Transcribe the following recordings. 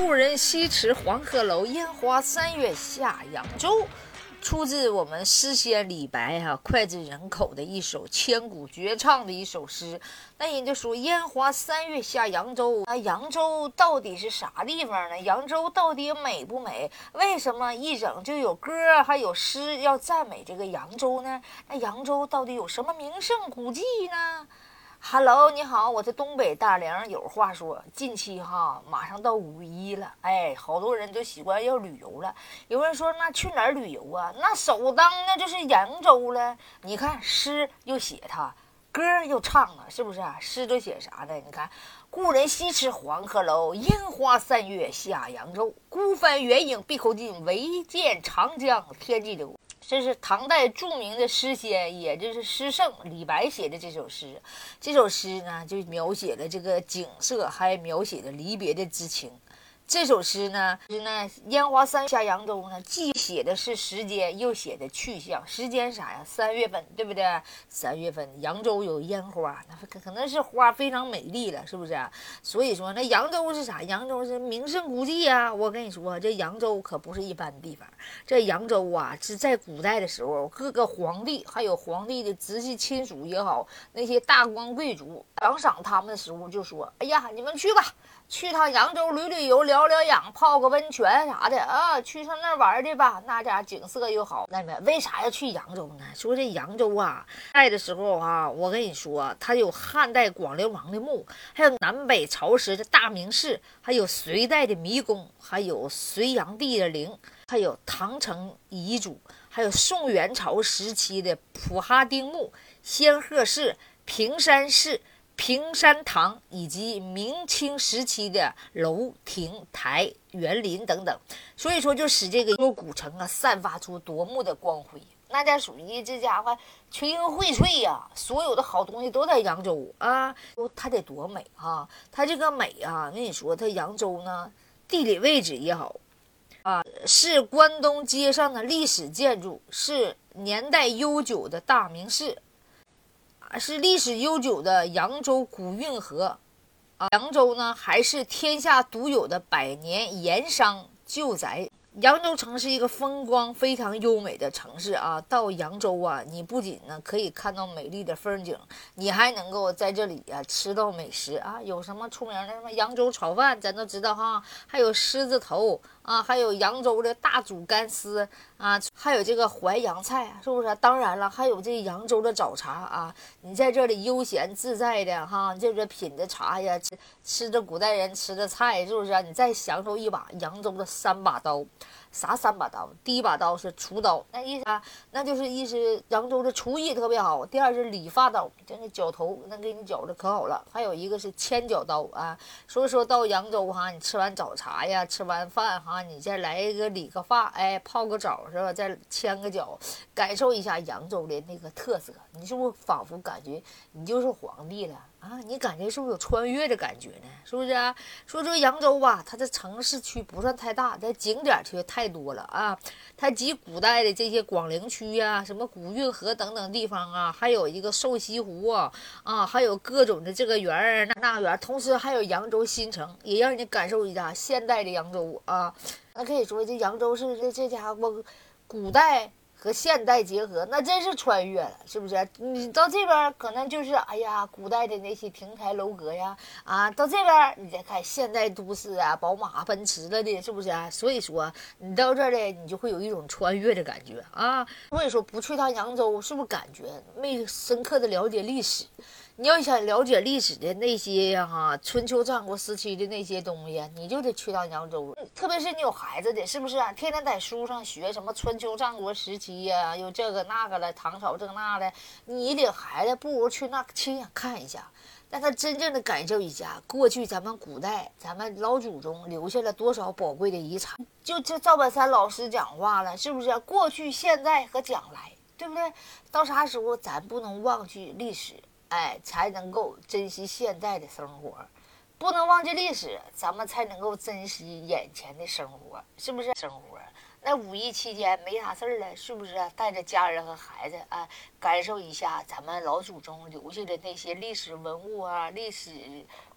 故人西辞黄鹤楼，烟花三月下扬州。出自我们诗仙李白脍炙人口的一首千古绝唱的一首诗。那人就说烟花三月下扬州，那扬州到底是啥地方呢？扬州到底美不美？为什么一整就有歌还有诗要赞美这个扬州呢？那扬州到底有什么名胜古迹呢？Hello， 你好，我是东北大梁。有话说，近期马上到5·1了，好多人都习惯要旅游了。有人说，那去哪儿旅游啊？那首当那就是扬州了。你看诗又写它，歌又唱了，是不是啊？诗都写啥的？你看，故人西辞黄鹤楼，烟花三月下扬州。孤帆远影碧空尽，唯见长江天际流。这是唐代著名的诗仙，也就是诗圣李白写的这首诗。这首诗呢，就描写了这个景色，还描写了离别的之情。这首诗呢，烟花三月下扬州呢，既写的是时间，又写的去向。时间啥呀？3月份，对不对？3月份扬州有烟花，那可能是花非常美丽了，是不是啊？所以说，那扬州是啥？扬州是名胜古迹啊！我跟你说，这扬州可不是一般的地方。这扬州啊，是在古代的时候，各个皇帝还有皇帝的直系亲属也好，那些大官贵族奖赏他们的时候，就说：“哎呀，你们去吧。”去趟扬州旅游，疗疗养，泡个温泉啥的啊，去上那儿玩去吧，那家景色又好。那么为啥要去扬州呢？说这扬州啊，在的时候我跟你说，它有汉代广陵王的墓，还有南北朝时的大名寺，还有隋代的迷宫，还有隋炀帝的陵，还有唐城遗嘱，还有宋元朝时期的普哈丁墓、仙鹤寺、平山寺、平山堂，以及明清时期的楼亭台园林等等，所以说就使这个古城散发出夺目的光辉。那家属于这家伙群英荟萃呀，所有的好东西都在扬州啊，它得多美啊！它这个美跟你说，它扬州呢，地理位置也好是关东街上的历史建筑，是年代悠久的大名寺，是历史悠久的扬州古运河扬州呢还是天下独有的百年盐商旧宅。扬州城是一个风光非常优美的城市到扬州你不仅呢可以看到美丽的风景，你还能够在这里吃到美食有什么出名的什么扬州炒饭，咱都知道还有狮子头还有扬州的大煮干丝还有这个淮扬菜是不是？当然了，还有这扬州的早茶你在这里悠闲自在的就是品着茶呀，吃着古代人吃的菜，是不是你再享受一把扬州的3把刀。啥3把刀？第一把刀是厨刀，那意思那就是意思扬州的厨艺特别好。第二是理发刀，就那绞头那给你绞的可好了。还有一个是千脚刀所以说到扬州你吃完早茶呀，吃完饭你再来一个理个发，泡个澡是吧？再牵个脚，感受一下扬州的那个特色，你是不是仿佛感觉你就是皇帝了你感觉是不是有穿越的感觉呢？是不是说这个扬州它的城市区不算太大，但景点却太多了它集古代的这些广陵区什么古运河等等地方还有一个瘦西湖还有各种的这个园儿那园儿，同时还有扬州新城，也让你感受一下现代的扬州那可以说这扬州是这家伙古代和现代结合，那真是穿越了，是不是？你到这边可能就是古代的那些亭台楼阁呀到这边你再看现代都市宝马奔驰了的，是不是所以说你到这儿呢，你就会有一种穿越的感觉所以说不去趟扬州，是不是感觉没深刻的了解历史？你要想了解历史的那些春秋战国时期的那些东西你就得去趟扬州。特别是你有孩子的，是不是天天在书上学什么春秋战国时期有这个那个了，唐朝这个那的，你领孩子不如去那亲眼看一下，让他真正的感受一下过去咱们古代咱们老祖宗留下了多少宝贵的遗产。就这赵本山老师讲话了，是不是过去现在和将来，对不对？到啥时候咱不能忘记历史才能够珍惜现在的生活，不能忘记历史，咱们才能够珍惜眼前的生活，是不是？生活那5·1期间没啥事儿了，是不是带着家人和孩子感受一下咱们老祖宗留下的那些历史文物历史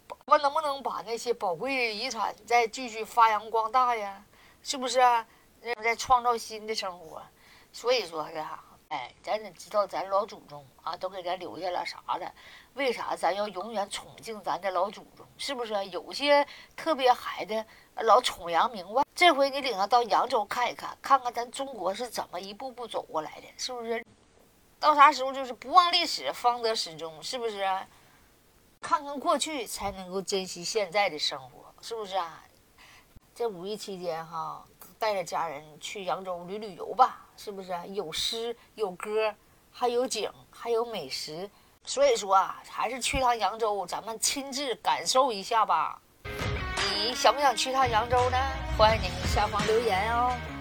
我能不能把那些宝贵的遗产再继续发扬光大呀？是不是啊？再创造新的生活。所以说是哈，咱得知道咱老祖宗啊，都给咱留下了啥的。为啥咱要永远崇敬咱的老祖宗？是不是？有些特别孩子老崇洋媚外，这回你领他到扬州看一看，看看咱中国是怎么一步步走过来的，是不是？到啥时候就是不忘历史，方得始终，是不是？看看过去，才能够珍惜现在的生活，是不是啊？这五一期间哈，带着家人去扬州旅游吧，是不是？有诗有歌，还有景，还有美食。所以说啊，还是去趟扬州，咱们亲自感受一下吧。你想不想去趟扬州呢？欢迎您下方留言哦。